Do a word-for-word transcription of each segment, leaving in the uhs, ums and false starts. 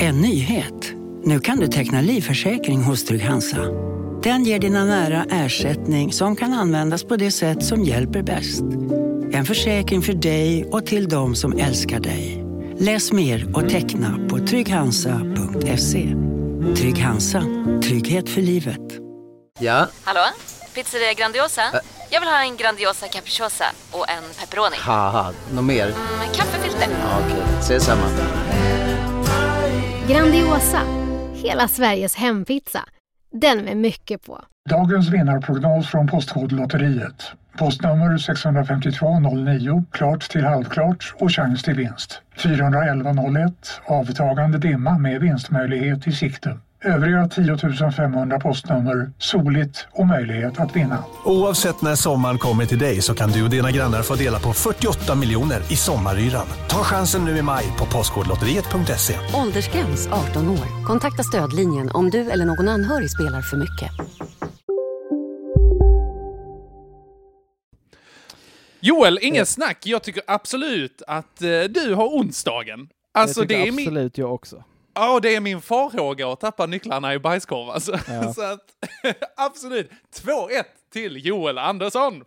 En nyhet. Nu kan du teckna livförsäkring hos Trygg-Hansa. Den ger dina nära ersättning som kan användas på det sätt som hjälper bäst. En försäkring för dig och till de som älskar dig. Läs mer och teckna på trygghansa punkt se. Trygg-Hansa. Trygghet för livet. Ja? Hallå? Pizzeria Grandiosa? Ä- Jag vill ha en Grandiosa capriciosa och en pepperoni. Haha, något mer? Mm, kaffefilter. Ja, okej, okay. Ses samma. Grandiosa, hela Sveriges hempizza. Den med mycket på. Dagens vinnarprognos från Postkodlotteriet. Postnummer sex fem två noll nio, klart till halvklart och chans till vinst. fyra elva noll ett, avtagande dimma med vinstmöjlighet i sikte. Övriga tio tusen femhundra postnummer, soligt och möjlighet att vinna. Oavsett när sommaren kommer till dig så kan du och dina grannar få dela på fyrtioåtta miljoner i sommaryran. Ta chansen nu i maj på postkodlotteriet punkt se. Åldersgräns arton år. Kontakta stödlinjen om du eller någon anhörig spelar för mycket. Joel, ingen snack. Jag tycker absolut att eh, du har onsdagen. Alltså, det tycker det är absolut min... jag också. Ja, det är min farhåga att tappa nycklarna i bajskorv. Alltså. Ja. Så att, absolut. två ett till Joel Andersson.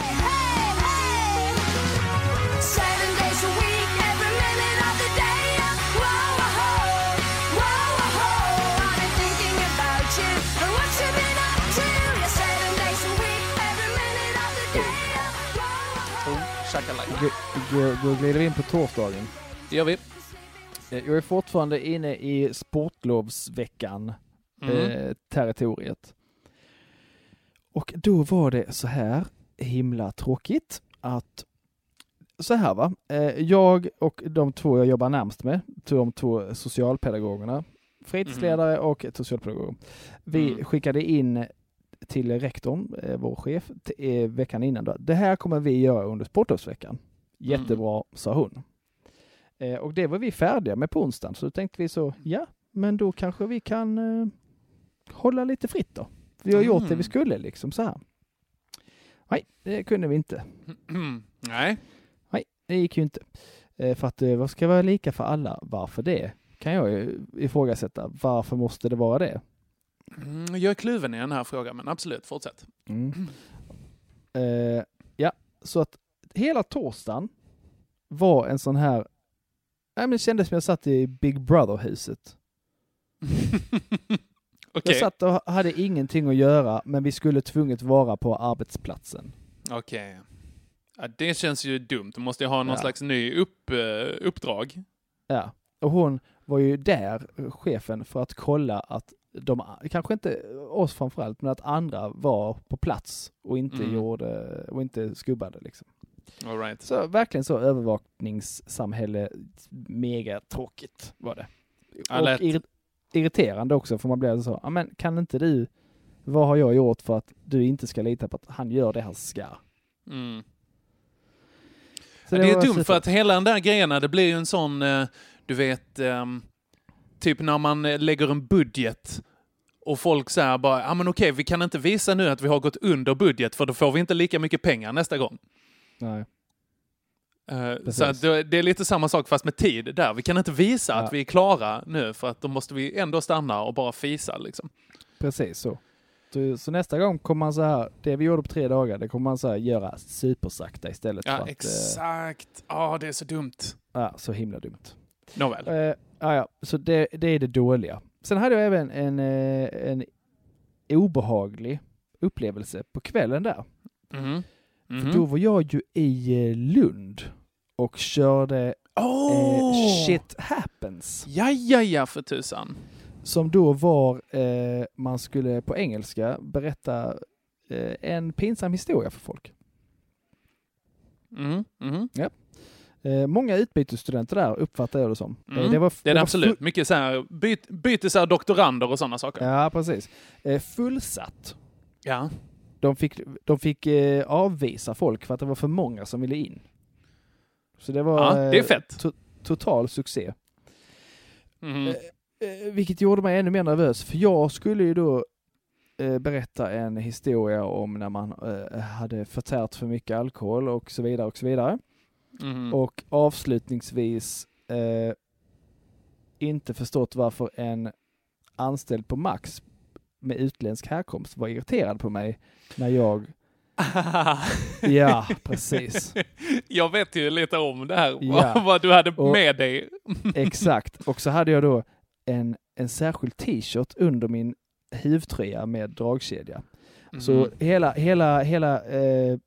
Då glider vi in på torsdagen. Det gör vi. Jag är fortfarande inne i sportlovsveckan Mm. eh, territoriet. Och då var det så här himla tråkigt att så här va, eh, jag och de två jag jobbar närmast med, de två socialpedagogerna, fritidsledare mm. och socialpedagog. Vi mm. skickade in till rektorn, eh, vår chef, t- eh, veckan innan då. Det här kommer vi göra under sportlovsveckan. Jättebra, mm. sa hon. Eh, och det var vi färdiga med på onsdagen. Så då tänkte vi så, ja, men då kanske vi kan eh, hålla lite fritt då. Vi har mm. gjort det vi skulle liksom så här. Nej, det kunde vi inte. Mm. Nej. Nej, det gick ju inte. Eh, för att det eh, ska vara lika för alla. Varför det? Kan jag ju ifrågasätta. Varför måste det vara det? Mm, jag är kluven i den här frågan, men absolut, fortsätt. Mm. Eh, ja, så att hela torsdagen var en sån här. Nej, men det kändes som jag satt i Big Brother-huset. Okay. Jag satt och hade ingenting att göra, men vi skulle tvunget vara på arbetsplatsen. Okej. Okay. Ja, det känns ju dumt. Du måste ju ha någon ja. slags ny upp, uh, uppdrag. Ja, och hon var ju där, chefen, för att kolla att de, kanske inte oss framförallt, men att andra var på plats och inte mm. gjorde och inte skubbade liksom. All right. Så verkligen så övervakningssamhälle, mega tråkigt var det. Ja, och ir- irriterande också, för man blir så, ja men kan inte du, vad har jag gjort för att du inte ska lita på att han gör det han ska? Mm. Så ja, det, det är dumt super- för att hela den där grejen, det blir ju en sån, du vet, um, typ när man lägger en budget och folk säger bara, ja ah, men okej, vi kan inte visa nu att vi har gått under budget för då får vi inte lika mycket pengar nästa gång. Nej. Uh, så att det, det är lite samma sak fast med tid där. Vi kan inte visa ja. att vi är klara nu för att då måste vi ändå stanna och bara fisa liksom. Precis så. Så, så nästa gång kommer man så här, det vi gjorde på tre dagar, det kommer man så här göra supersakta istället. Ja, för att, exakt. Ja, oh, det är så dumt. Ja, så himla dumt. Nåväl. Uh, ja, ja, så det, det är det dåliga. Sen hade jag även en, en obehaglig upplevelse på kvällen där. Mm. Mm-hmm. För då var jag ju i Lund och körde oh! eh, Shit Happens. Ja, ja, ja, för tusan. Som då var, eh, man skulle på engelska berätta eh, en pinsam historia för folk. Mm. Mm. Ja. Eh, många utbytesstudenter där uppfattar jag det som. Mm. Eh, det, var, det är det var absolut. Full... Mycket så här, byt, bytesar doktorander och sådana saker. Ja, precis. Eh, fullsatt. Ja. De fick, de fick eh, avvisa folk för att det var för många som ville in. Så det var ja, det är fett. To- total succé. Mm. Eh, eh, vilket gjorde mig ännu mer nervös. För jag skulle ju då eh, berätta en historia om när man eh, hade förtärt för mycket alkohol och så vidare och så vidare. Mm. Och avslutningsvis eh, inte förstått varför en anställd på Max med utländsk härkomst var irriterad på mig när jag... Ja, precis. Jag vet ju lite om det här, ja. vad du hade och, med dig. Exakt, och så hade jag då en, en särskild t-shirt under min huvtröja med dragkedja. Mm. Så hela, hela, hela eh,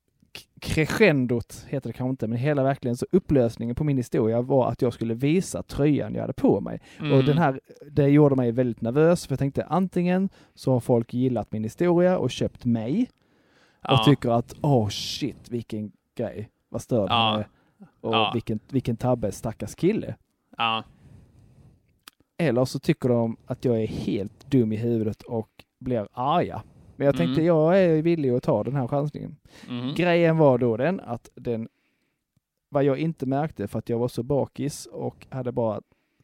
crescendot heter det kanske inte, men hela verkligen så upplösningen på min historia var att jag skulle visa tröjan jag hade på mig. Mm. Och den här, det gjorde mig väldigt nervös, för jag tänkte antingen så har folk gillat min historia och köpt mig och ja. tycker att åh oh, shit, vilken grej, vad störd ja. är och ja. vilken, vilken tabbe, stackars kille. Ja. Eller så tycker de att jag är helt dum i huvudet och blir arga. Men jag tänkte, mm. jag är villig att ta den här chansningen. Mm. Grejen var då den att den, vad jag inte märkte för att jag var så bakis och hade bara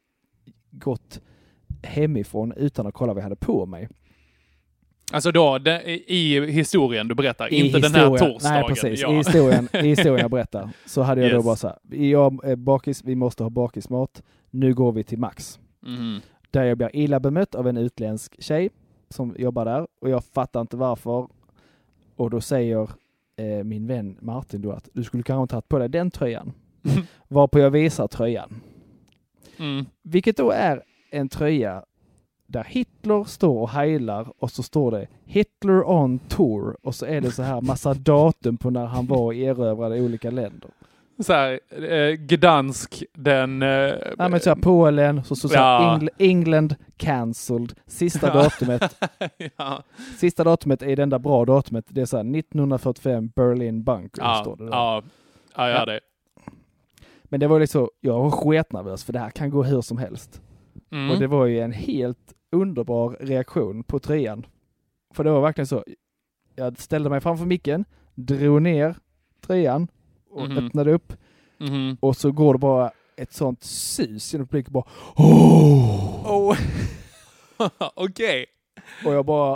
gått hemifrån utan att kolla vad jag hade på mig. Alltså då, det, i historien du berättar, I inte historien, den här torsdagen. Nej, precis. Ja. I, historien, I historien jag berättar så hade jag yes. då bara så här, jag är bakis, vi måste ha bakismat, nu går vi till Max. Mm. Där jag blir illa bemött av en utländsk tjej som jobbar där och jag fattar inte varför. Och då säger eh, min vän Martin då att du skulle kanske ha tagit på dig den tröjan. Mm. Varpå jag visar tröjan. Mm. Vilket då är en tröja där Hitler står och heilar och så står det Hitler on tour och så är det så här massa datum på när han var i erövrade olika länder. Så här, eh, Gdansk, den... Eh, ja, men så här, Polen, så, så, så ja. Engl- England cancelled. Sista datumet ja. Sista datumet är det enda bra datumet. Det är så här nittonhundrafyrtiofem Berlin Bunker. Ja, står det där. ja, ja, ja, det. Men det var liksom, jag var sketnervös för det här kan gå hur som helst. Mm. Och det var ju en helt underbar reaktion på tröjan. För det var verkligen så, jag ställde mig framför micken, drog ner tröjan och mm-hmm. öppnade upp. Mm-hmm. Och så går det bara ett sånt sus genom publiken bara oh! oh. Okej. Okay. Och jag bara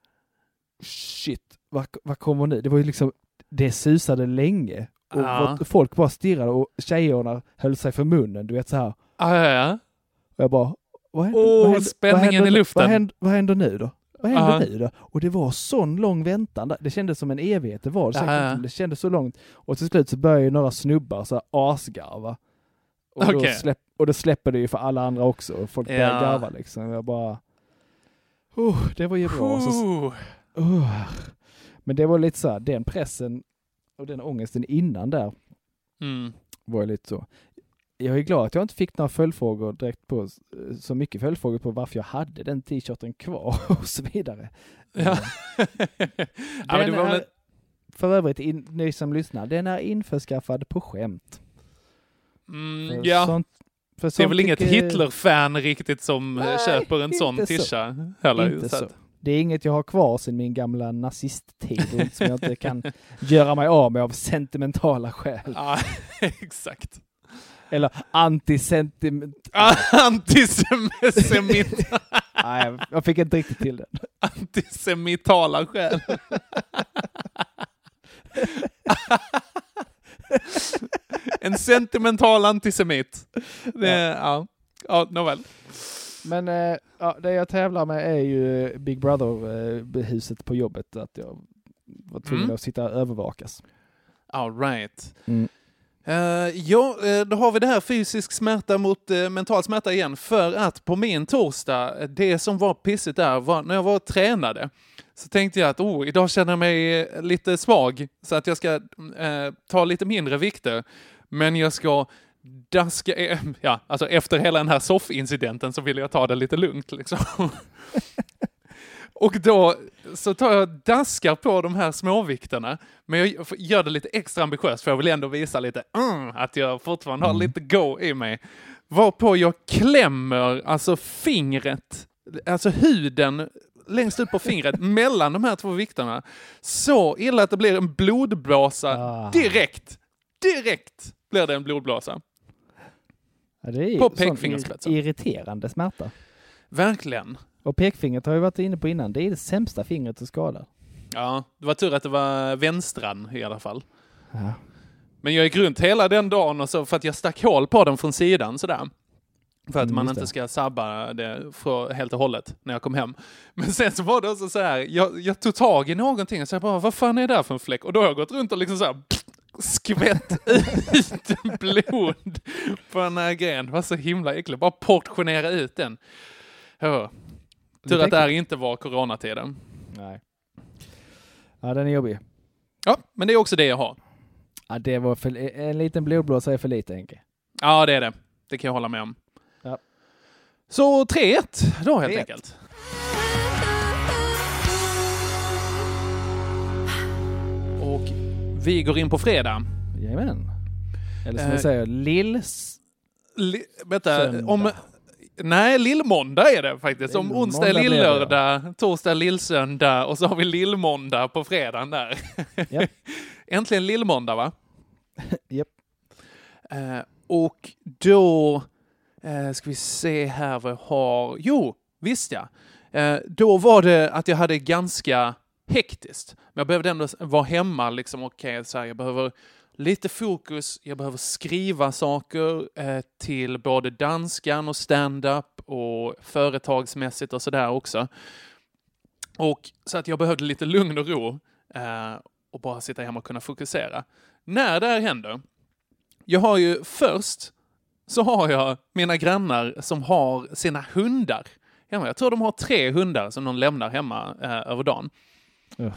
shit, vad, vad kommer nu? Det var ju liksom, det susade länge. Och ja. folk bara stirrade och tjejerna höll sig för munnen. Du vet så här. Ja, ja, ja. Och jag bara, vad händer, oh, vad händer, spänningen vad händer, i luften. Vad händer, vad händer nu då? Vad händer uh-huh. nu då? Och det var sån lång väntan. Det kändes som en evighet. Det var det, uh-huh. det kändes så långt. Och till slut så började några snubbar så här asgarva. Och, okay. då släpp, och då släpper det ju för alla andra också. Och folk började ja. garva liksom. Jag bara, oh, det var ju bra. Uh. Så, uh. Men det var lite så här, den pressen och den ångesten innan där mm. var lite så. Jag är glad att jag inte fick några följdfrågor direkt på, så mycket följdfrågor på varför jag hade den t-shirten kvar och så vidare. Ja. ja, men det var väl... är, för övrigt, in, ni som lyssnar, den är införskaffad på skämt. Mm, för ja, sånt, för det är väl inget tycker... Hitler-fan riktigt som nej, köper en sån tisha. Heller, inte så. så. Det är inget jag har kvar sedan min gamla nazisttid som jag inte kan göra mig av med av sentimentala skäl. Ja, exakt. Eller antisentiment... Antisemit. Nej, jag fick inte riktigt till den. Antisemitala skäl. En sentimental antisemit. Det, ja, ja nåväl. Men äh, ja, det jag tävlar med är ju Big Brother-huset äh, på jobbet. Att jag var tvungen mm. att sitta och övervakas. All right. Mm. Uh, ja, då har vi det här fysisk smärta mot uh, mental smärta igen. För att på min torsdag, det som var pissigt där var när jag var och tränade. Så tänkte jag att oh, idag känner jag mig lite svag. Så att jag ska uh, ta lite mindre vikter. Men jag ska daska... Uh, ja, alltså efter hela den här soffincidenten så vill jag ta det lite lugnt liksom. Och då så tar jag daskar på de här småvikterna. Men jag gör det lite extra ambitiöst för jag vill ändå visa lite mm, att jag fortfarande har lite go i mig. Varpå jag klämmer alltså fingret, alltså huden längst ut på fingret mellan de här två vikterna. Så illa att det blir en blodblåsa ah. direkt. Direkt blir det en blodblåsa. Ja, det är på pekfingerspetsen. Irriterande smärta. Verkligen. Och pekfingret har jag varit inne på innan. Det är det sämsta fingret att skada. Ja, det var tur att det var vänstran i alla fall. Ja. Men jag gick runt hela den dagen och så för att jag stack hål på den från sidan sådär. För att Mm, man just inte det. ska sabba det för helt och hållet när jag kom hem. Men sen så var det också så här, jag, jag tog tag i någonting och så jag bara, vad fan är det där för en fläck? Och då har jag gått runt och liksom så här skvätt ut blod på den här grejen. Det var så himla äckligt. Bara portionera ut den. Ja. Tur att det här inte var coronatiden. Nej. Ja, den är jobbig. Ja, men det är också det jag har. Ja, det var för, en liten blodblåsa är för lite, Henke. Ja, det är det. Det kan jag hålla med om. Ja. Så tre ett då helt tre ett. enkelt. Och vi går in på fredag. Jajamän. Eller som Eh, vi säger, lill... Li- vänta, Söndag. om... Nej, lillmåndag är det faktiskt. Om Lillmåndag onsdag är blir det, lillördag, torsdag är lillsöndag och så har vi lillmåndag på fredagen där. Japp. Äntligen lillmåndag, va? Japp. Eh, och då eh, ska vi se här vad jag har. Jo, visst ja. Eh, då var det att jag hade ganska hektiskt. Men jag behövde ändå vara hemma liksom. Okej, okay, så här, jag behöver lite fokus. Jag behöver skriva saker eh, till både danskan och stand-up och företagsmässigt och sådär också. Och så att jag behövde lite lugn och ro eh, och bara sitta hemma och kunna fokusera. När det här händer, jag har ju först så har jag mina grannar som har sina hundar hemma. Jag tror de har tre hundar som de lämnar hemma eh, över dagen. Ugh.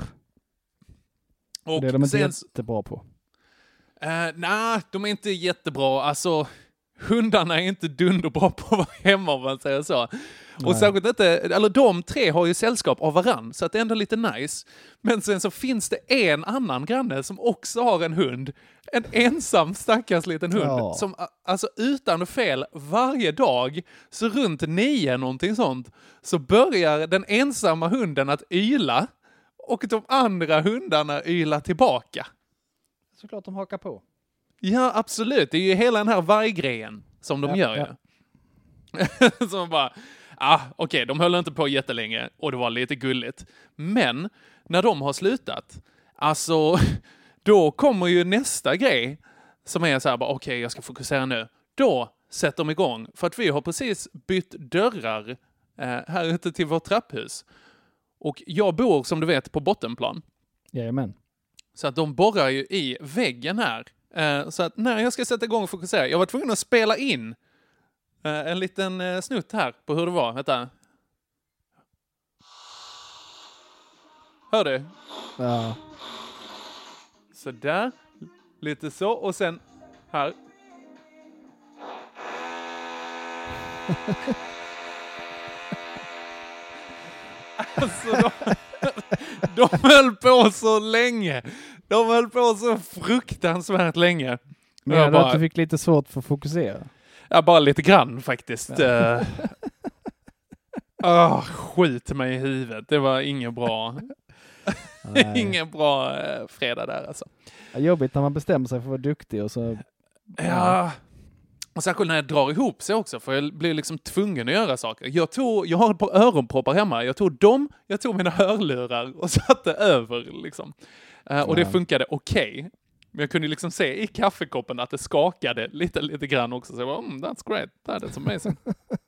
Och det är de inte sen, jättebra på. Eh, Nej, de är inte jättebra. Alltså, hundarna är inte dunderbra på att vara hemma om man säger så. Nej. Och särskilt inte, eller de tre har ju sällskap av varann, så att det är ändå lite nice. Men sen så finns det en annan granne som också har en hund. En ensam stackars liten hund. Ja. Som alltså utan fel varje dag, så runt nio någonting sånt, så börjar den ensamma hunden att yla och de andra hundarna ylar tillbaka. Såklart de hakar på. Ja, absolut. Det är ju hela den här varggrejen som de Ja, gör ja. ju. Som bara, ah, okej, okay, de höll inte på jättelänge och det var lite gulligt. Men när de har slutat, alltså, då kommer ju nästa grej som är så här, bara okej, okay, jag ska fokusera nu. Då sätter de igång, för att vi har precis bytt dörrar eh, här ute till vårt trapphus. Och jag bor, som du vet, på bottenplan. Jajamän. Så att de borrar ju i väggen här. Eh, så att när jag ska sätta igång och fokusera, jag var tvungen att spela in eh, en liten eh, snutt här på hur det var. Vänta. Hör du? Ja. Så där. Lite så. Och sen här. Alltså de, de höll på så länge. De höll på så fruktansvärt länge. Men jag bara, att du fick lite svårt för att fokusera? Ja, bara lite grann faktiskt. Ja. Uh, oh, skit mig i huvudet. Det var ingen bra ingen bra uh, fredag där alltså. Ja, jobbigt när man bestämmer sig för att vara duktig och så... Ja. ja. Och särskilt när jag drar ihop sig också, för jag blir liksom tvungen att göra saker. Jag tog, jag har ett par öronproppar hemma. Jag tog dem, jag tog mina hörlurar och satte över liksom. Uh, och det funkade okej. Okay. Men jag kunde liksom se i kaffekoppen att det skakade lite, lite grann också. Så jag bara, mm, that's great. That's amazing.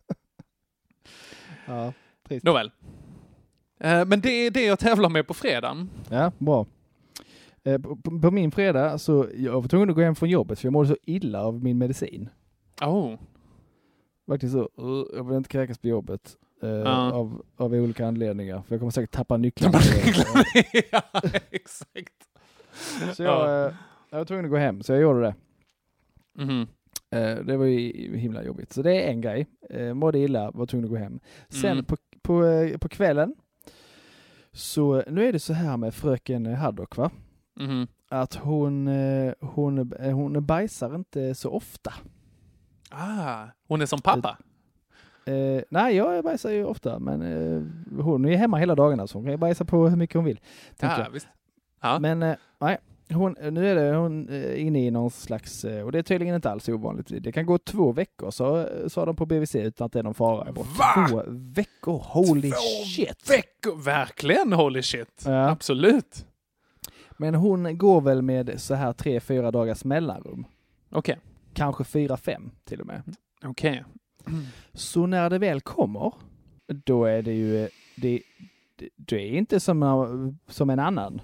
Ja, trist. Nåväl. Uh, men det är det jag tävlar med på fredagen. Ja, bra. Uh, på, på min fredag så jag var tvungen att gå hem från jobbet för jag mådde så illa av min medicin. Oh. Faktiskt så, uh, jag vill inte kräkas på jobbet. Uh, uh. av, av olika anledningar. För jag kommer säkert tappa nycklarna. Ja, exakt. Så jag, uh. jag var tvungen att gå hem, så jag gjorde det. Mm-hmm. Uh, det var ju himla jobbigt. Så det är en grej. Uh, mådde illa, var tvungen att gå hem. Sen mm. på, på, uh, på kvällen så nu är det så här med fröken Haddock, va? Mm-hmm. Att hon, uh, hon, uh, hon bajsar inte så ofta. Ah, hon är som pappa? Uh, nej, jag bajsar ju ofta, men uh, hon är hemma hela dagarna så hon kan bajsa på hur mycket hon vill. Ja, visst. Ja. Men uh, nej, hon, nu är det hon uh, inne i någon slags, uh, och det är tydligen inte alls ovanligt. Det kan gå två veckor, så sa de på B V C, utan att det är någon fara. Va? Två veckor, holy två shit. veckor, verkligen holy shit. Ja. Absolut. Men hon går väl med så här tre, fyra dagars mellanrum. Okej. Okay. Kanske fyra, fem till och med. Okej. Okay. Mm. Så när det väl kommer, då är det ju, det, det, det är inte som, som en annan.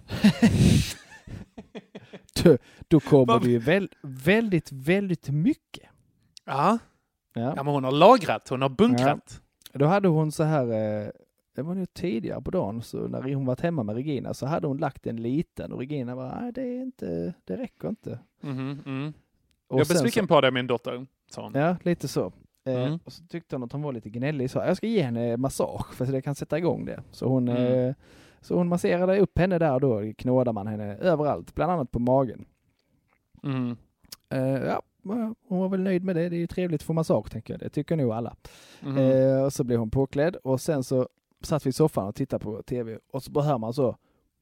då, då kommer det ju väl, väldigt, väldigt mycket. Ja. Ja. Ja, men hon har lagrat, hon har bunkrat. Ja. Då hade hon så här, det var nu tidigare på dagen, så när hon var hemma med Regina så hade hon lagt en liten och Regina var, nej det är inte, det räcker inte. Mm, mm. Och Jag är besviken så, på det, min dotter, sa hon. Ja, lite så. Mm. Eh, och så tyckte hon att hon var lite gnällig. Så jag ska ge henne massage för att det kan sätta igång det. Så hon, Mm. eh, så hon masserade upp henne där och då knådade man henne överallt, bland annat på magen. Mm. Eh, ja, hon var väl nöjd med det. Det är ju trevligt för massage, tänker jag. Det tycker nog alla. Mm. Eh, och så blev hon påklädd och sen så satt vi i soffan och tittade på tv och så hör man så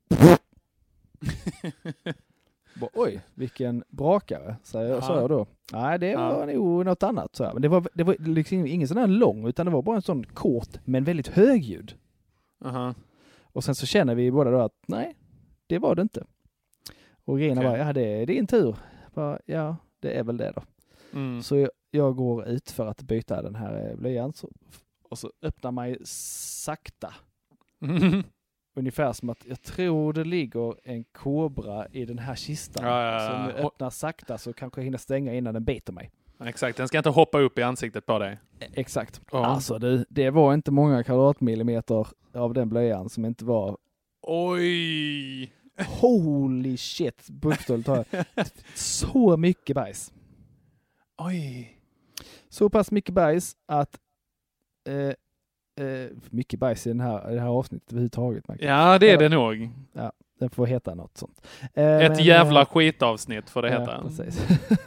bara, oj, vilken brakare, sa jag, Ja. sa jag då. Nej, det var Ja. nog något annat. Så. Men det var, det var liksom ingen sån här lång, utan det var bara en sån kort men väldigt hög ljud. Uh-huh. Och sen så känner vi båda då att nej, det var det inte. Och Regina Okay. bara, ja det är din tur. Bara, ja, det är väl det då. Mm. Så jag, jag går ut för att byta den här blöjan. Så, och så öppnar man ju sakta. Mm. Ungefär som att jag tror det ligger en kobra i den här kistan. Ja, ja, ja. Som jag öppnar sakta så kanske jag hinner stänga innan den biter mig. Exakt, den ska inte hoppa upp i ansiktet på dig. Exakt. Ja. Alltså det, det var inte många kvadratmillimeter av den blöjan som inte var... Oj! Holy shit, bokstavligt talat. Så mycket bajs. Oj! Så pass mycket bajs att... Eh, eh, mycket bajs i, den här, i det här avsnittet överhuvudtaget. Ja, det är det nog. Ja, den får heta något sånt. Eh, Ett men, jävla eh, skitavsnitt får det ja, heta. Precis.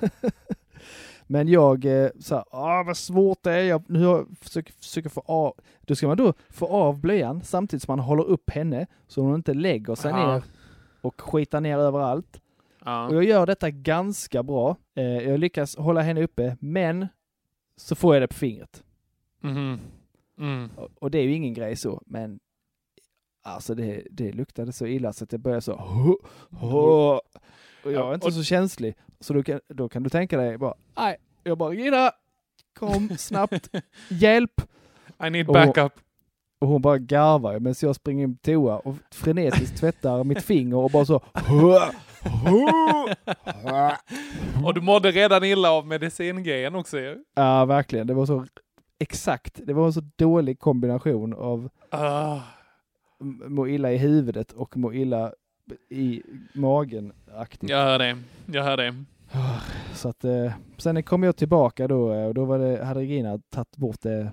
Men jag eh, sa, ah vad svårt det är. Jag, nu jag försöker, försöker få av. Då ska man då få av blöjan samtidigt som man håller upp henne så hon inte lägger sig Ja. ner och skitar ner överallt. Ja. Och jag gör detta ganska bra. Eh, jag lyckas hålla henne uppe, men så får jag det på fingret. Mhm. Mm. Och, och det är ju ingen grej så, men alltså det, det luktade så illa så att det började så hå, hå. Och jag är inte och- så känslig. Så då kan, då kan du tänka dig bara, nej, jag bara, Gina, kom snabbt, hjälp. I need Och- backup. Och hon bara garvar medan jag springer in på toa och frenetiskt tvättar mitt finger och bara så hå, hå, hå. Och du mådde redan illa av medicingrejen också ju. Ja, verkligen. Det var så exakt. Det var en så dålig kombination av Ah. m- må illa i huvudet och må illa i magen aktivt. Jag hör det. Jag hör det. Så att eh, sen kom jag tillbaka då och då var det, hade Regina tagit bort det,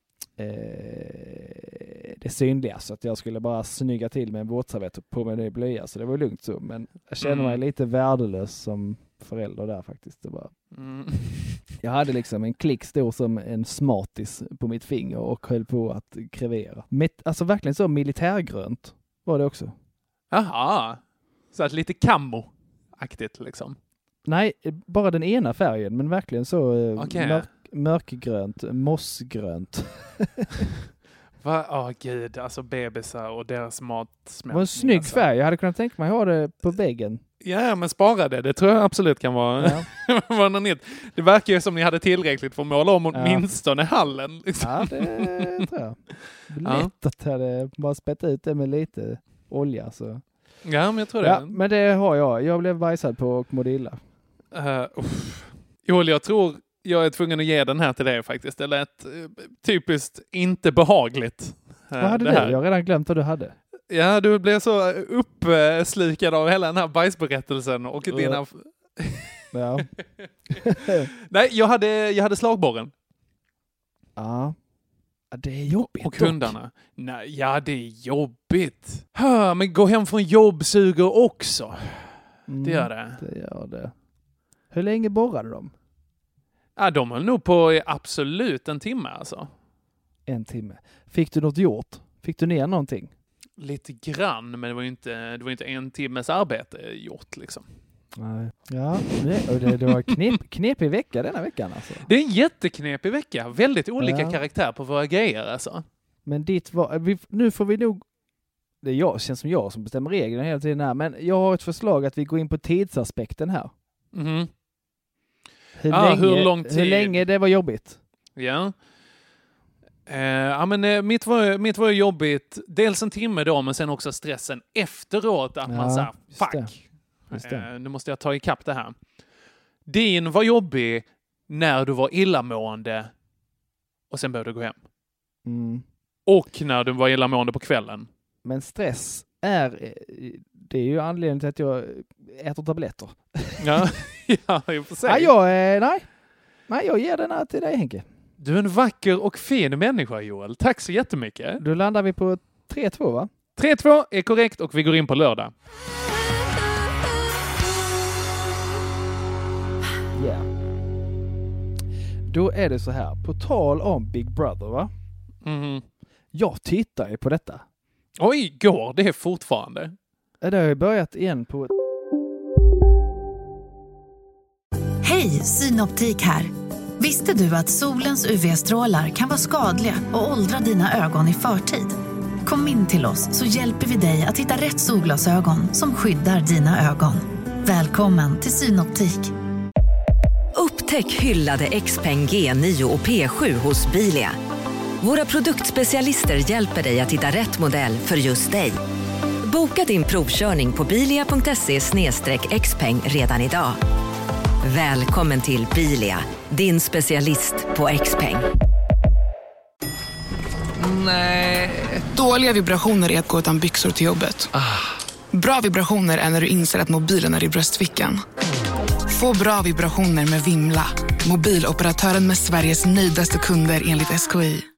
eh, det synliga så att jag skulle bara snygga till med en våtservett på mig i blöja så det var lugnt så. Men jag kände Mm. mig lite värdelös som förälder där faktiskt. Det var, Mm. jag hade liksom en klick stor som en smartis på mitt finger och höll på att krevera. Met, alltså verkligen så militärgrönt var det också. Jaha. Så att lite kammo-aktigt liksom. Nej, bara den ena färgen, men verkligen så eh, Okej. mörk, mörkgrönt, mossgrönt. Va? Åh gud, alltså bebisar och deras mat. Det var en snygg färg. Jag hade kunnat tänka mig ha det på väggen. Ja, men spara det. Det tror jag absolut kan vara, Ja. vara något nytt. Det verkar ju som ni hade tillräckligt för att måla om Ja. åtminstone hallen. Liksom. Ja, det tror jag. Ja. Lätt att jag hade bara spett ut det med lite olja. Så. Ja, men jag tror Ja, det. men det har jag. Jag blev bajsad på och mådde illa. Uh, Joel, jag tror jag är tvungen att ge den här till dig faktiskt. Det lät uh, typiskt inte behagligt. Uh, Vad hade det du? här. Jag har redan glömt vad du hade. Ja, du blev så uppslukad av hela den här bajsberättelsen och Uh. dina... Ja. Nej, jag hade, jag hade slagborren. Ja. Ja, det är jobbigt. Och dock. hundarna. Nej, ja, det är jobbigt. Hör, men gå hem från jobb suger också. Mm, Det gör det. Det gör det. Hur länge borrade de? Ja, de höll nog på i absolut en timme alltså. En timme. Fick du något gjort? Fick du ner någonting? Lite grann, men det var ju inte, det var inte en timmes arbete gjort liksom. Nej. Ja, det, och det, det var knep, knepig vecka denna veckan alltså. Det är en jätteknepig vecka. Väldigt olika Ja. karaktär på våra grejer alltså. Men ditt var, vi, nu får vi nog, det är jag, känns som jag som bestämmer reglerna hela tiden här, men jag har ett förslag att vi går in på tidsaspekten här. Mhm. Hur, Ah, länge, hur lång tid? hur länge det var jobbigt? Ja. Uh, ja, men uh, mitt var, mitt var jobbigt. Dels en timme då, men sen också stressen efteråt. Att Ja, man säger, fuck. det. Just det. Uh, nu måste jag ta ikapp det här. Din var jobbig när du var illamående och sen började du gå hem. Mm. Och när du var illamående på kvällen. Men stress är, det är ju anledningen till att jag äter tabletter. Ja, ja, i och för sig. Nej, jag, nej. nej, jag ger den här till dig, Henke. Du är en vacker och fin människa, Joel. Tack så jättemycket. Då landar vi på tre två, va? tre två är korrekt och vi går in på lördag. Ja. Yeah. Då är det så här. På tal om Big Brother, va? Mm. Jag tittar ju på detta. Oj, går det är fortfarande. Det har ju börjat igen på... Hej, Synoptik här. Visste du att solens U V-strålar kan vara skadliga och åldra dina ögon i förtid? Kom in till oss så hjälper vi dig att hitta rätt solglasögon som skyddar dina ögon. Välkommen till Synoptik. Upptäck hyllade X-Peng G nio och P sju hos Bilia. Våra produktspecialister hjälper dig att hitta rätt modell för just dig. Boka din provkörning på bilia punkt se slash xpeng redan idag. Välkommen till Bilia, din specialist på X-Peng. Nej. Dåliga vibrationer är att gå utan byxor till jobbet. Ah. Bra vibrationer är när du inser att mobilen är i bröstfickan. Få bra vibrationer med Vimla. Mobiloperatören med Sveriges nöjdaste kunder enligt S K I.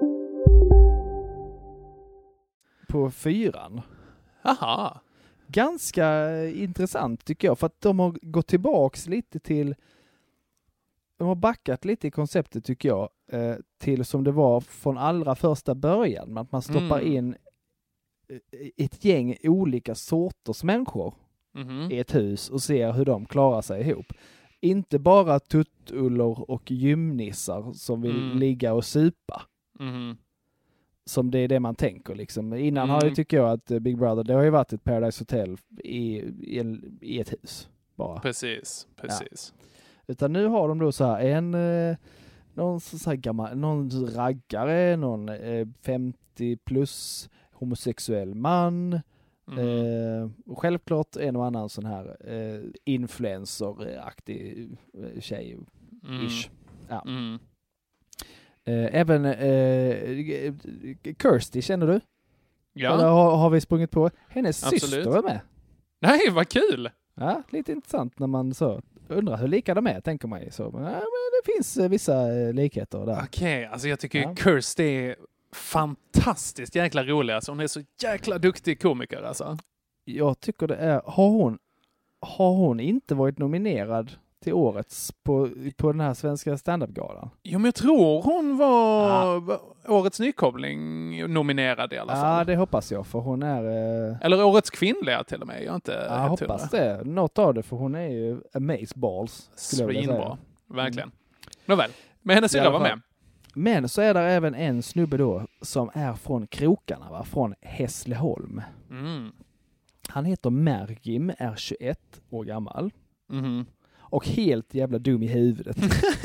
På fyran. Aha. Ganska intressant tycker jag, för att de har gått tillbaks lite till, de har backat lite i konceptet tycker jag, eh, till som det var från allra första början, att man stoppar Mm. in ett gäng olika sorters människor Mm. i ett hus och ser hur de klarar sig ihop. Inte bara tuttullor och gymnissar som vill Mm. ligga och supa. Mm. Som det är det man tänker liksom. Innan Mm. har jag tycker jag att Big Brother, det har ju varit ett Paradise Hotel i, i, en, i ett hus bara. Precis, precis. Ja. Utan nu har de då så här en eh, någon så här gammal, någon raggare, någon eh, femtio plus homosexuell man. Mm. Eh, och självklart en och annan sån här eh, influencer-aktig eh, tjej. Mm. Ish. Ja. Mm. Eh, även eh, Kirsty, känner du? Ja. Eller har, har vi sprungit på? Hennes Absolut. syster är med. Nej, vad kul! Ja, lite intressant när man så undrar hur lika de är, tänker man ju så. Men, ja, men det finns eh, vissa eh, likheter där. Okej, okay, alltså jag tycker Ja. Kirsty är fantastiskt jäkla rolig. Alltså hon är så jäkla duktig komiker alltså. Jag tycker det är, har hon, har hon inte varit nominerad till årets på, på den här svenska stand-up-galan? Jo, men jag tror hon var ja. årets nykoppling nominerad i alla fall. Ja, det hoppas jag, för hon är... Eh... Eller årets kvinnliga till och med. Jag är inte ja, jag hoppas det. Något av det, för hon är ju amazeballs. Svinbra, verkligen. Mm. Nåväl, men hennes syrra var med. Men så är det även en snubbe då som är från krokarna, va? Från Hässleholm. Mm. Han heter Mergim, är tjugoett år gammal. Mm. Och helt jävla dum i huvudet.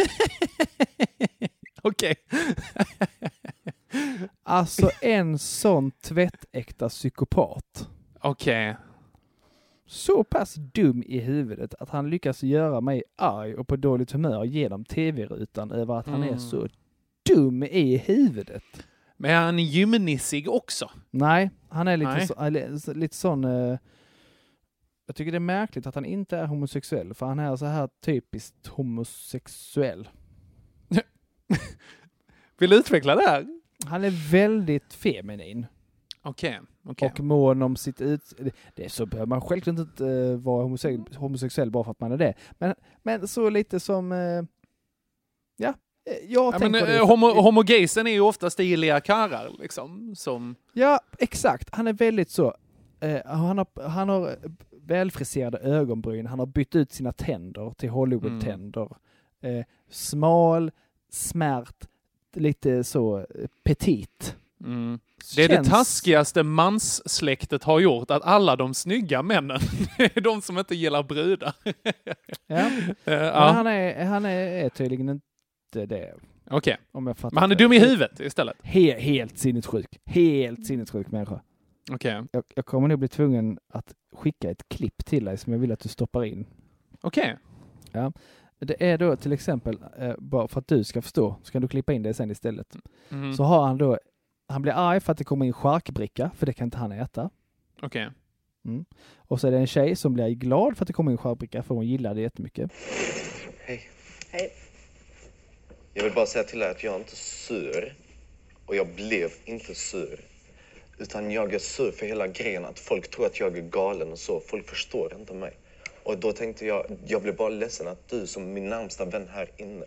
Okej. Alltså en sån tvättäkta psykopat. Okej. Okay. Så pass dum i huvudet att han lyckas göra mig arg och på dåligt humör genom tv-rutan över att han mm. är så dum i huvudet. Men är han gymnissig också? Nej, han är lite, Nej. så, lite sån... Uh, jag tycker det är märkligt att han inte är homosexuell, för han är så här typiskt homosexuell. Vill du utveckla det här? Han är väldigt feminin. Okej. Okay, okay. Och mån om sitt ut... Det är så behöver man självklart inte uh, vara homose- homosexuell bara för att man är det. Men, men så lite som... Uh, ja, jag ja, tänker... Men, det, homo- homogaysen är ju ofta stiliga karrar, liksom. Som... Ja, exakt. Han är väldigt så... Uh, han, har, han har välfriserade ögonbryn. Han har bytt ut sina tänder till Hollywood-tänder. Mm. Uh, smal, smärt, lite så petit. Mm. Det är Känns... det taskigaste manssläktet har gjort, att alla de snygga männen är de som inte gillar brudar. Ja. uh, Men ja. han, är, han är, är tydligen inte det. Okej. Okay. Men han är dum i huvudet istället? He- helt sinnessjuk. Helt sinnessjuk människa. Okej. Okay. Jag, jag kommer nog bli tvungen att skicka ett klipp till dig som jag vill att du stoppar in. Okej. Okay. Ja. Det är då till exempel, eh, bara för att du ska förstå, så kan du klippa in det sen istället. Mm. Så har han då, han blir arg för att det kommer in charkbricka, för det kan inte han äta. Okej. Okay. Mm. Och så är det en tjej som blir glad för att det kommer in charkbricka, för hon gillar det jättemycket. Hej. Hej. Jag vill bara säga till dig att jag är inte sur. Och jag blev inte sur. Utan jag är sur för hela grejen att folk tror att jag är galen och så. Folk förstår inte mig. Och då tänkte jag, jag blev bara ledsen att du som min närmsta vän här inne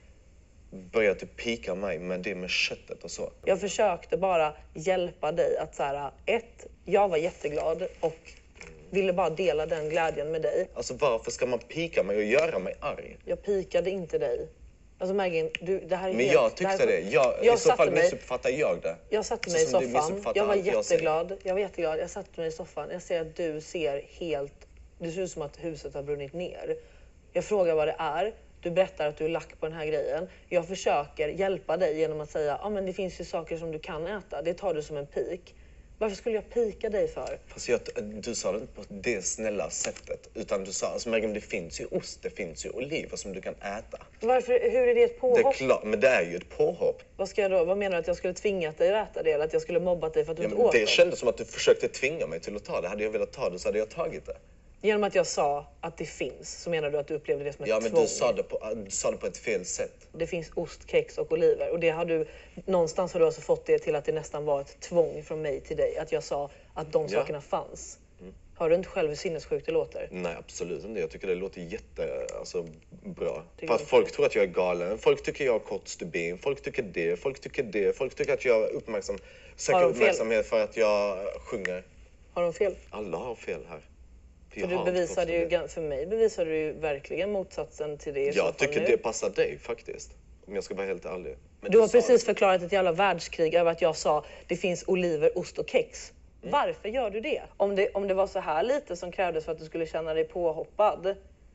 började pika mig med det med köttet och så. Jag försökte bara hjälpa dig att så här, ett, jag var jätteglad och ville bara dela den glädjen med dig. Alltså varför ska man pika mig och göra mig arg? Jag pikade inte dig. Alltså Maggie, du, det här är Men helt, jag tyckte det. det. Jag, jag I så fall mig, missuppfattar jag det. Jag satte mig i soffan. Jag var jätteglad. Jag var jätteglad. Jag satte mig i soffan. Jag ser att du ser helt... Det ser ut som att huset har brunnit ner. Jag frågar vad det är. Du berättar att du är lack på den här grejen. Jag försöker hjälpa dig genom att säga ja ah, men det finns ju saker som du kan äta. Det tar du som en pik. Varför skulle jag pika dig för? Fast jag, du sa det inte på det snälla sättet. Utan du sa, alltså Megan, det finns ju ost, det finns ju oliver som du kan äta. Varför, hur är det ett påhopp? Det är klart, men det är ju ett påhopp. Vad ska jag då? Vad menar du, att jag skulle tvinga dig att äta det? Eller att jag skulle mobba dig för att du ja, inte åt det? det? Kändes som att du försökte tvinga mig till att ta det. Hade jag velat ta det så hade jag tagit det. Genom att jag sa att det finns, så menar du att du upplevde det som ett ja, men tvång? Du sa, det på, du sa det på ett fel sätt. Det finns ost, kex och oliver. Och det har du, någonstans har du alltså fått det till att det nästan var ett tvång från mig till dig. Att jag sa att de ja. sakerna fanns. Mm. Har du inte själv hur sinnessjukt det låter? Nej, absolut inte. Jag tycker det låter jätte, alltså, bra. För att folk tror att jag är galen. Folk tycker jag har kort stubin. Folk tycker det. Folk tycker det. Folk tycker att jag är uppmärksam. Söker uppmärksamhet för att jag sjunger. Har de fel? Alla har fel här. För, du bevisade ju, för mig bevisade du ju verkligen motsatsen till det. Jag tycker nu. Det passar dig faktiskt. Om jag ska vara helt ärlig. Men du, du har precis det. förklarat ett jävla världskrig över att jag sa det finns oliver, ost och kex. Mm. Varför gör du det? Om, det? om det var så här lite som krävdes för att du skulle känna dig påhoppad.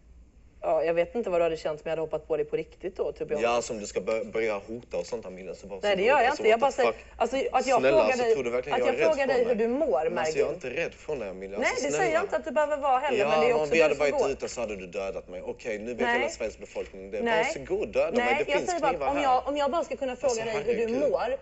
Ja, jag vet inte vad du hade känt om jag hade hoppat på dig på riktigt då. Typ ja, som du ska börja hota och sånt, Amila. Så nej, det gör jag alltså, inte. Jag bara säger, alltså, att jag snälla, frågar dig, alltså, att jag frågar dig hur du mår, Mergin. Alltså, jag är inte rädd från dig, Amila. Nej, alltså, det säger jag inte att du behöver vara heller. Ja, men det är också om vi hade varit går. ute så hade du dödat mig. Okej, nu vet nej. hela Sveriges befolkning det. Nej. Varsågod, döda nej, mig. Det jag finns säger bara, om jag, om jag bara ska kunna fråga alltså, dig hur du mår.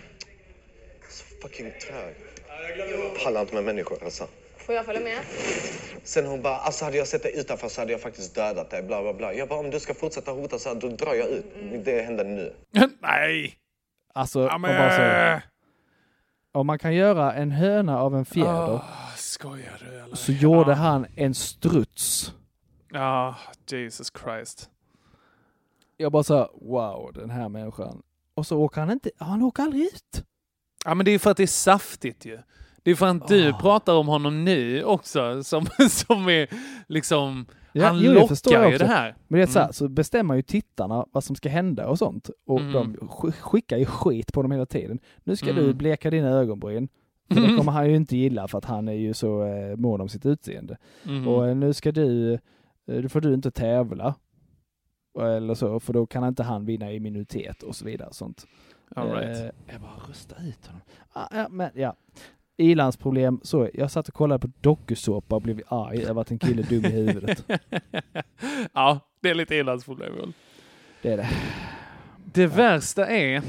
Så fucking trög. Pallar inte med människor, alltså. Får jag följa med? Sen hon bara, alltså hade jag sett dig utanför så hade jag faktiskt dödat dig, bla bla bla. Jag bara, om du ska fortsätta hota så här, då drar jag ut. Det händer nu. Nej! Alltså, om, bara så, om man kan göra en höna av en fjäder. Oh, skojar du eller? Så gjorde ja. han en struts. Ja, oh, Jesus Christ. Jag bara så, wow, den här människan. Och så åker han inte, han åker aldrig ut. Ja, men det är för att det är saftigt ju. Det är för att du oh. pratar om honom nu också, som, som är liksom, ja, han jo, lockar ju det här. Men det är så här, mm. så bestämmer ju tittarna vad som ska hända och sånt. Och mm. de skickar ju skit på dem hela tiden. Nu ska mm. du bleka dina ögonbryn. För mm. det kommer han ju inte gilla för att han är ju så eh, mån om sitt utseende. Mm. Och eh, nu ska du, eh, får du inte tävla. Eller så, för då kan inte han vinna immunitet och så vidare. Sånt. All right. eh, jag bara rösta ut honom. Ah, ja, men ja. Ilandsproblem, så jag satt och kollade på dokusåpa och blev arg över att en kille är dum i huvudet. Ja, det är lite ilandsproblem. Det är det. Det ja. värsta är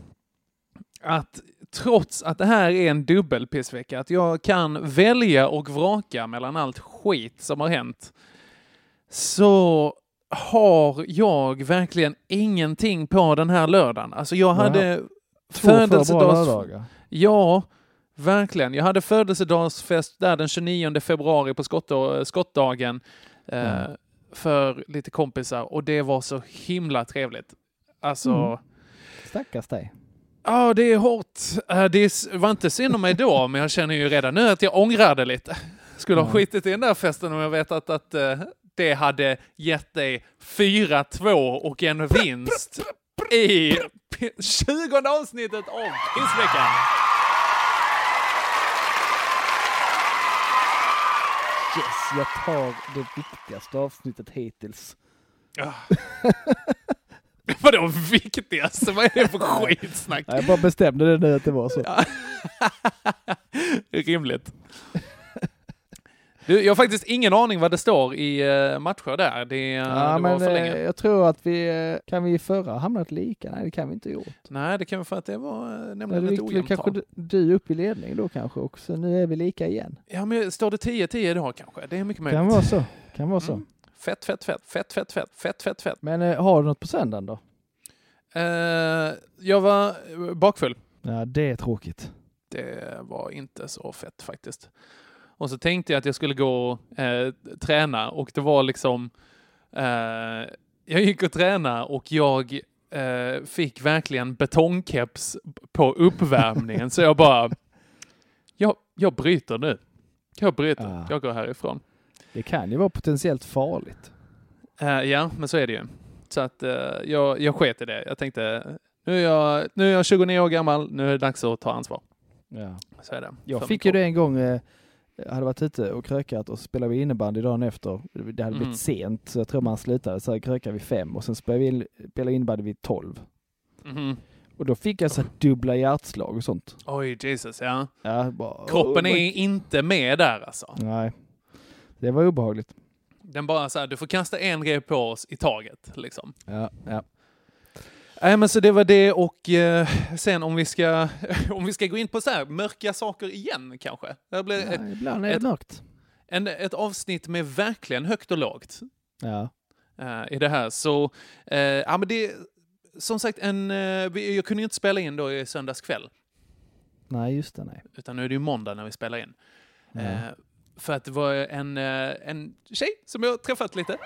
att trots att det här är en dubbelpissvecka, att jag kan välja och vraka mellan allt skit som har hänt, så har jag verkligen ingenting på den här lördagen. Alltså jag hade födelsedags... Ja, verkligen. Jag hade födelsedagsfest där den tjugonionde februari på skott- skottdagen eh, mm. för lite kompisar, och det var så himla trevligt. Alltså... Mm. Stackars dig. Ja, det är hårt. Det var inte synd om mig då, men jag känner ju redan nu att jag ångrade lite. Skulle ha skitit i den där festen om jag vet att, att det hade gett dig fyra två och en vinst i tjugonde avsnittet av Pissveckan. Yes, jag tar det viktigaste avsnittet hittills. Ja. Vadå viktigaste? Vad är det för skitsnack? Jag bara bestämde det nu att det var så. Rimligt. Du, jag har faktiskt ingen aning vad det står i uh, matcher där. Det, uh, ja, det men var för länge. Jag tror att vi kan vi förra hamnat lika. Nej, det kan vi inte gjort. Nej, det kan vi för att det var uh, nämligen lite ojämnt. Kanske du, du upp i ledning då kanske också. Nu är vi lika igen. Ja, men står det tio tio idag kanske? Det är mycket möjligt. Kan vara så. Kan vara så. Mm. Fett, fett, fett, fett, fett, fett, fett, fett, fett. Men uh, har du något på söndagen då? Uh, jag var bakfull. Ja, det är tråkigt. Det var inte så fett faktiskt. Och så tänkte jag att jag skulle gå och eh, träna och det var liksom eh, jag gick och träna och jag eh, fick verkligen betongkeps på uppvärmningen så jag bara jag, jag bryter nu. Jag bryter. Ah. Jag går härifrån. Det kan ju vara potentiellt farligt. Eh, ja, men så är det ju. Så att eh, jag, jag sket i det. Jag tänkte nu är jag, nu är jag tjugonio år gammal, nu är det dags att ta ansvar. Ja. Så är det. Jag fick ju det en gång, eh, jag hade varit ute och krökat och spelade vi innebandy dagen efter. Det hade blivit mm. sent så jag tror man slutade. Så krökade vi fem och sen spelade vi spelade innebandy vid tolv. Mm. Och då fick jag så här dubbla hjärtslag och sånt. Oj, Jesus, ja. ja bara, Kroppen oh, är inte med där alltså. Nej, det var obehagligt. Den bara så här, du får kasta en grej på oss i taget liksom. Ja, ja. Nej, men så det var det och eh, sen om vi ska om vi ska gå in på så här mörka saker igen kanske. Det blir ja, ett, ibland är det ett, mörkt. En, ett avsnitt med verkligen högt och lågt. Ja. Uh, i det här så uh, ja men det som sagt en uh, vi, jag kunde ju inte spela in då i söndags kväll. Nej, just det, nej. Utan nu är det ju måndag när vi spelar in. Ja. Uh, för att det var en uh, en tjej som jag träffat lite. Uh,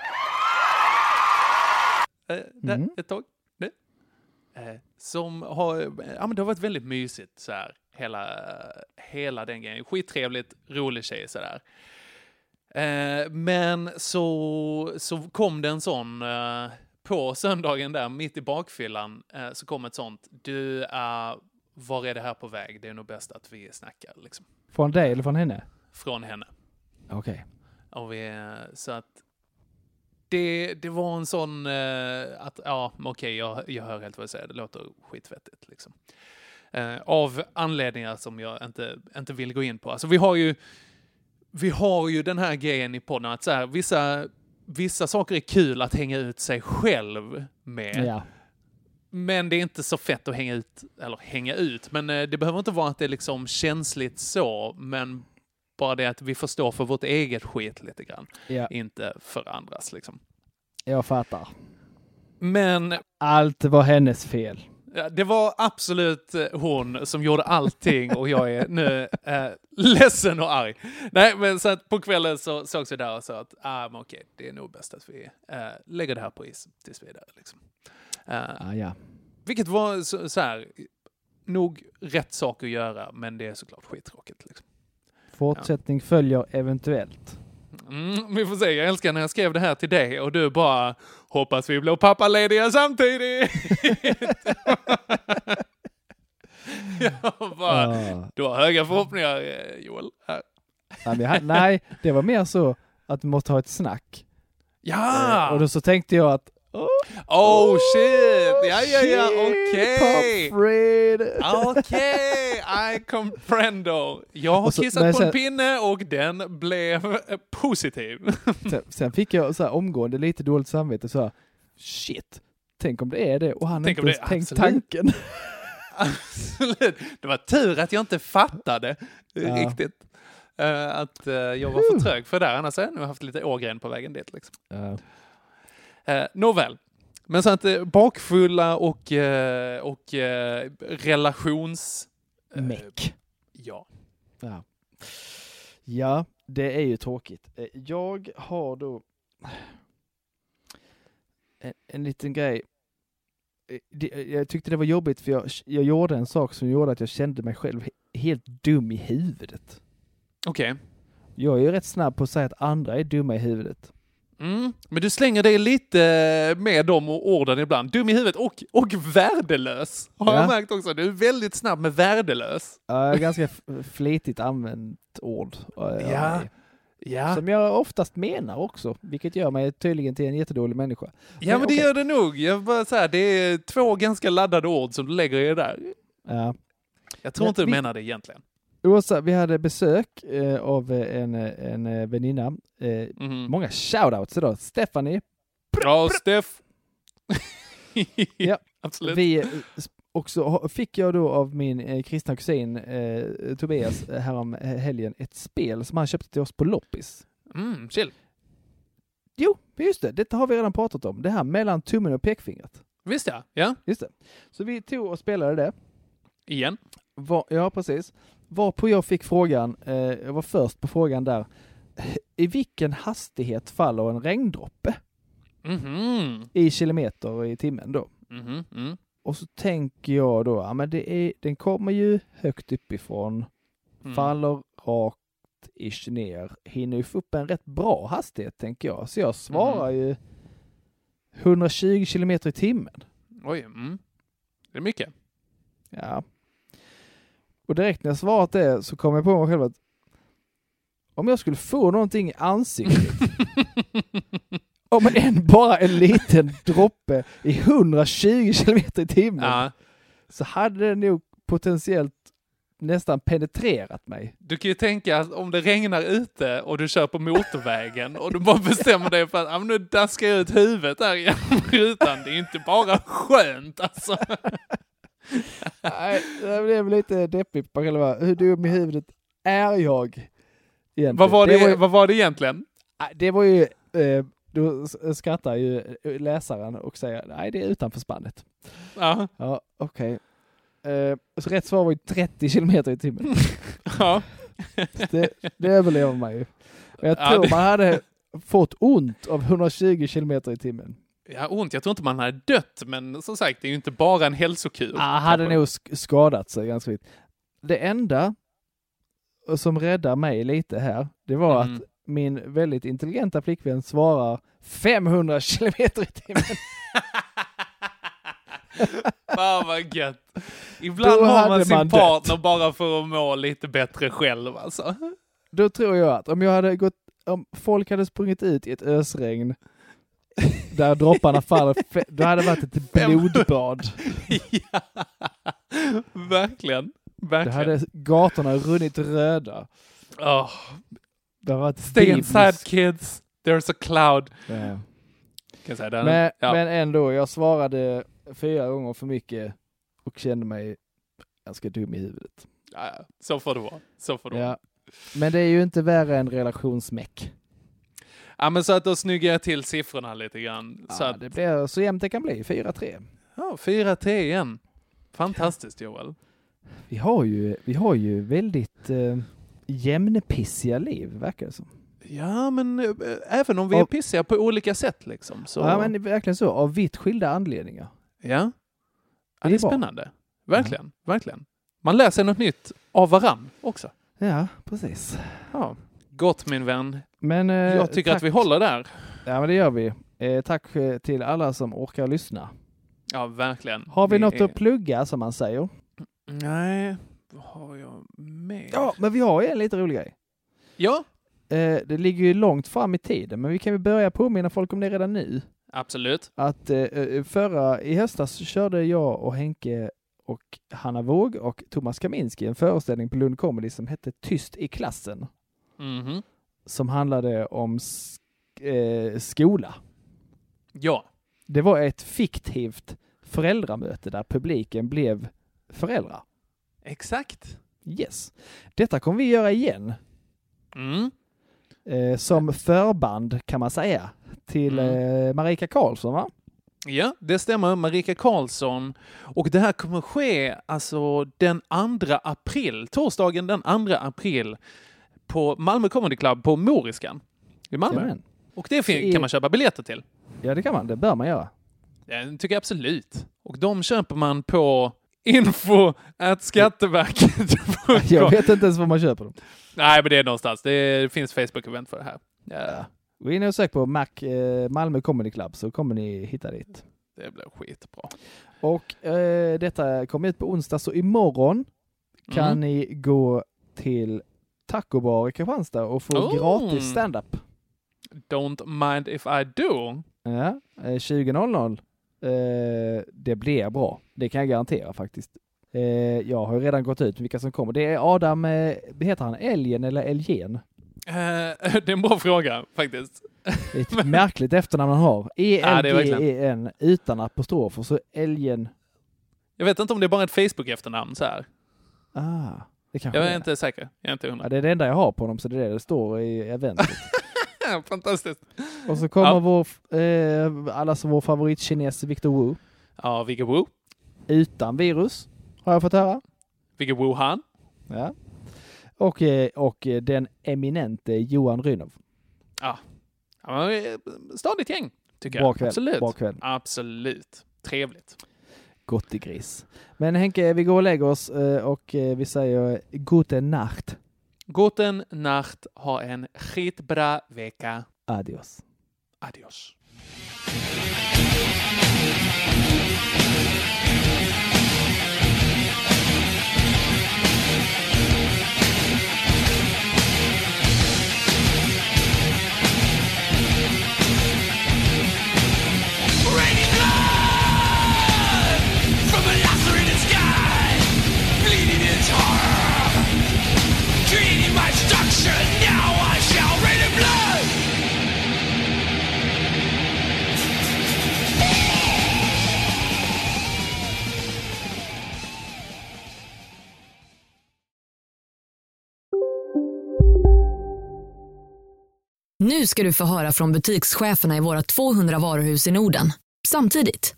där mm. ett tag. Eh, som har, ja men det har varit väldigt mysigt så här, hela, hela den grejen. Skittrevligt, rolig tjej så där. Eh, men så, så kom det en sån, eh, på söndagen där, mitt i bakfyllan, eh, så kom ett sånt, du, uh, var är det här på väg? Det är nog bäst att vi snackar liksom. Från dig eller från henne? Från henne. Okej. Okay. Och vi, så att Det, det var en sån eh, att, ja, okej, okay, jag, jag hör helt vad jag säger. Det låter skitvettigt liksom. Eh, av anledningar som jag inte, inte vill gå in på. Alltså vi har ju, vi har ju den här grejen i podden att så här, vissa, vissa saker är kul att hänga ut sig själv med. Ja. Men det är inte så fett att hänga ut, eller hänga ut. Men eh, det behöver inte vara att det är liksom känsligt så, men bara det att vi förstår för vårt eget skit lite grann. Ja. Inte för andras liksom. Jag fattar. Men allt var hennes fel. Ja, det var absolut hon som gjorde allting och jag är nu äh, ledsen och arg. Nej, men så att på kvällen så sågs vi där och sa att ah, men okej, det är nog bäst att vi äh, lägger det här på is tills vidare. Liksom. Äh, ah, ja. Vilket var så, så här, nog rätt sak att göra, men det är såklart skittråkigt liksom. Fortsättning ja. Följer eventuellt. Mm, vi får se, jag älskar när jag skrev det här till dig och du bara hoppas vi blir pappalediga samtidigt. Jag bara, ah. Du har höga förhoppningar, Joel. Här. Nej, men jag, nej, det var mer så att vi måste ha ett snack. Ja! Eh, och då så tänkte jag att Oh, oh shit! Ja, ja, ja, okej! Okay. Okej, okay, I comprendo. Jag har så, kissat på sen, en pinne och den blev positiv. Sen, sen fick jag så här omgående lite dåligt samvete så här, shit, tänk om det är det och han inte ens tänkt tanken. Absolut. Det var tur att jag inte fattade ja. riktigt uh, att uh, jag var för trög för det. Annars har jag nu haft lite ågren på vägen dit. Liksom. Ja. Uh, nåväl. Men så att uh, bakfulla och, uh, och uh, relations... Uh, Meck. Ja. ja. Ja, det är ju tråkigt. Jag har då en, en liten grej. Jag tyckte det var jobbigt för jag, jag gjorde en sak som gjorde att jag kände mig själv helt dum i huvudet. Okej. Okay. Jag är ju rätt snabb på att säga att andra är dumma i huvudet. Mm. Men du slänger dig lite med de orden ibland. Dum i huvudet och, och värdelös. Har ja. jag märkt också. Du är väldigt snabb med värdelös. Ja, ganska f- flitigt använt ord. Ja. Ja. Som jag oftast menar också, vilket gör mig tydligen till en jättedålig människa. Ja, men, men det okay. gör det nog. Jag bara så här, det är två ganska laddade ord som du lägger i det där. Ja. Jag tror men, inte du vi, menar det egentligen. Åsa, vi hade besök eh, av en, en väninna. Eh, mm-hmm. Många shoutouts idag. Stephanie. Bra, Steff. Ja, absolut. Vi också fick jag då av min eh, kristna kusin eh, Tobias eh, härom helgen ett spel som han köpte till oss på loppis. Mm, chill. Jo, just det. Detta har vi redan pratat om. Det här mellan tummen och pekfingret. Visst ja, ja. Just det. Så vi tog och spelade det. Igen? Var, ja, precis. Varpå jag fick frågan, eh, jag var först på frågan där. I vilken hastighet faller en regndroppe? Mm-hmm. I kilometer i timmen då. Mm-hmm. Mm. Och så tänker jag då, ja men det är, den kommer ju högt uppifrån. Mm. Faller rakt ish ner. Hinner ju få upp en rätt bra hastighet tänker jag. Så jag svarar mm. ju hundratjugo kilometer i timmen. Oj, mm. Det är mycket. Ja. Och direkt när jag svarat det så kom jag på mig själv att om jag skulle få någonting i ansiktet om en bara en liten droppe i hundratjugo kilometer i timmen ja. Så hade det nog potentiellt nästan penetrerat mig. Du kan ju tänka att om det regnar ute och du kör på motorvägen och du bara bestämmer dig för att ah, nu daskar jag ut huvudet där genom rutan. Det är inte bara skönt alltså. Nej, det blev lite deppigt på själva. Hur dum i huvudet är jag egentligen? Vad var det, det var ju, vad var det egentligen? Det var ju, eh, då skrattar ju läsaren och säger nej, det är utanför spannet. Ja. Ja, okej. Okay. Eh, så rätt svar var ju trettio kilometer i timmen. Ja. det, det överlever man ju. Och jag ja, tror det... man hade fått ont av hundratjugo kilometer i timmen. Ja, ont. Jag tror inte man hade dött, men som sagt, det är ju inte bara en hälsokur. Ja, hade nog skadat sig ganska vitt. Det enda som räddar mig lite här, det var mm. att min väldigt intelligenta flickvän svarar femhundra kilometer i timmen. Fan vad gött. Ibland har man sin man partner dött. Bara för att må lite bättre själv alltså. Då tror jag att om jag hade gått, om folk hade sprungit ut i ett ösregn där dropparna faller, då hade det varit ett blodbad. Ja, verkligen. Verkligen. Då hade gatorna runnit röda. Oh. Det var Stay inside kids. There's a cloud. Ja. Kan säga den. Men, ja. men ändå, jag svarade fyra gånger för mycket och kände mig ganska dum i huvudet. Ja, så får det vara. Så får det ja. vara. Men det är ju inte värre än relationsmäck. Ja, men så att då snyggar jag till siffrorna lite grann. Ja, så att... det blir så jämnt det kan bli. fyra tre. Ja, fyra tre igen. Fantastiskt, Joel. Vi har ju, vi har ju väldigt eh, jämnpissiga liv, verkar det som. Ja, men äh, även om vi av... är pissiga på olika sätt liksom. Så... Ja, men verkligen så. Av vitt skilda anledningar. Ja, ja det, det är spännande. Verkligen, ja. verkligen. Man lär sig något nytt av varann också. Ja, precis. Ja, gott min vän. Men, eh, jag tycker tack. att vi håller där. Ja, men det gör vi. Eh, tack till alla som orkar lyssna. Ja, verkligen. Har vi det något är... att plugga, som man säger? Nej, vad har jag med? Ja, men vi har ju en lite rolig grej. Ja. Eh, det ligger ju långt fram i tiden, men vi kan ju börja påminna folk om det redan nu. Absolut. Att eh, förra, i höstas körde jag och Henke och Hanna Våg och Thomas Kaminski en föreställning på Lund Comedy som hette Tyst i klassen. Mm-hmm. Som handlade om sk- eh, skola. Ja. Det var ett fiktivt föräldramöte där publiken blev föräldrar. Exakt. Yes. Detta kommer vi göra igen. Mm. Eh, som förband kan man säga till mm. eh, Marika Karlsson, va? Ja, det stämmer. Marika Karlsson. Och det här kommer ske alltså den andra april. Torsdagen den andra april. På Malmö Comedy Club på Moriskan. I Malmö. Jamen. Och det fin- kan man köpa biljetter till. Ja, det kan man. Det bör man göra. Ja, det tycker jag absolut. Och de köper man på info at skatteverket. Jag vet inte ens vad man köper dem. Nej, men det är någonstans. Det finns Facebook-event för det här. Ja. Gå in och sök på Mac, eh, Malmö Comedy Club så kommer ni hitta dit. Det blir skitbra. Och eh, detta kommer ut på onsdag, så imorgon kan mm. ni gå till tacobar i Kristianstad och få Oh. gratis stand-up. Don't mind if I do. Ja, eh, tjugo noll noll. Eh, det blir bra. Det kan jag garantera faktiskt. Eh, jag har ju redan gått ut vilka som kommer. Det är Adam, eh, heter han Elgen eller Elgen? Eh, det är en bra fråga faktiskt. Det är ett märkligt efternamn han har. E L G E N utan apostrofer, så Elgen. Jag vet inte om det är bara ett Facebook-efternamn så här. Ah, det kanske Jag är det. inte säker. Jag är inte hundra. Ja, det är det enda jag har på honom, så det är det det står i eventet. Fantastiskt. Och så kommer Ja. vår, eh, allas vår favoritkines Victor Wu. Ja, Victor Wu. Utan virus, har jag fått höra. Victor Wuhan. Ja. Och, eh, och eh, den eminente Johan Rynov. Ja. Ja, stadigt gäng, tycker Bra jag. kväll. Absolut. Bra kväll. Absolut. Trevligt. Gott i gris. Men Henke, vi går och lägger oss eh, och eh, vi säger gute nacht. Guten Nacht. Ha en skitbra vecka. Adios. Adios. From a lacerated sky, bleeding into horror, creating my structure. Now I shall rain in blood. Nu ska du få höra från butikscheferna i våra tvåhundra varuhus i Norden. Samtidigt.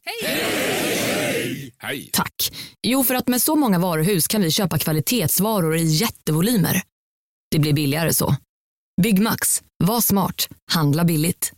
Hej! Tack. Jo, för att med så många varuhus kan vi köpa kvalitetsvaror i jättevolymer. Det blir billigare så. Byggmax. Var smart. Handla billigt.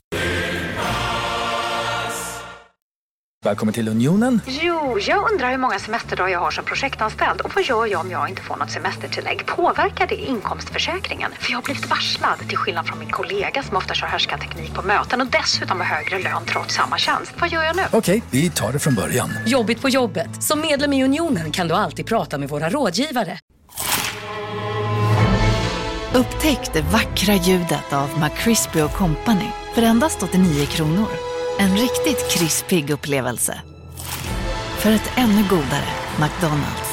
Välkommen till Unionen. Jo, jag undrar hur många semesterdagar jag har som projektanställd och vad gör jag om jag inte får något semestertillägg? Påverkar det inkomstförsäkringen? För jag har blivit varslad, till skillnad från min kollega som ofta kör härskarteknik på möten och dessutom har högre lön trots samma tjänst. Vad gör jag nu? Okej, vi tar det från början. Jobbigt på jobbet. Som medlem i Unionen kan du alltid prata med våra rådgivare. Upptäck det vackra ljudet av McCrispy och Company för endast åttionio kronor. En riktigt krispig upplevelse. För ett ännu godare McDonald's.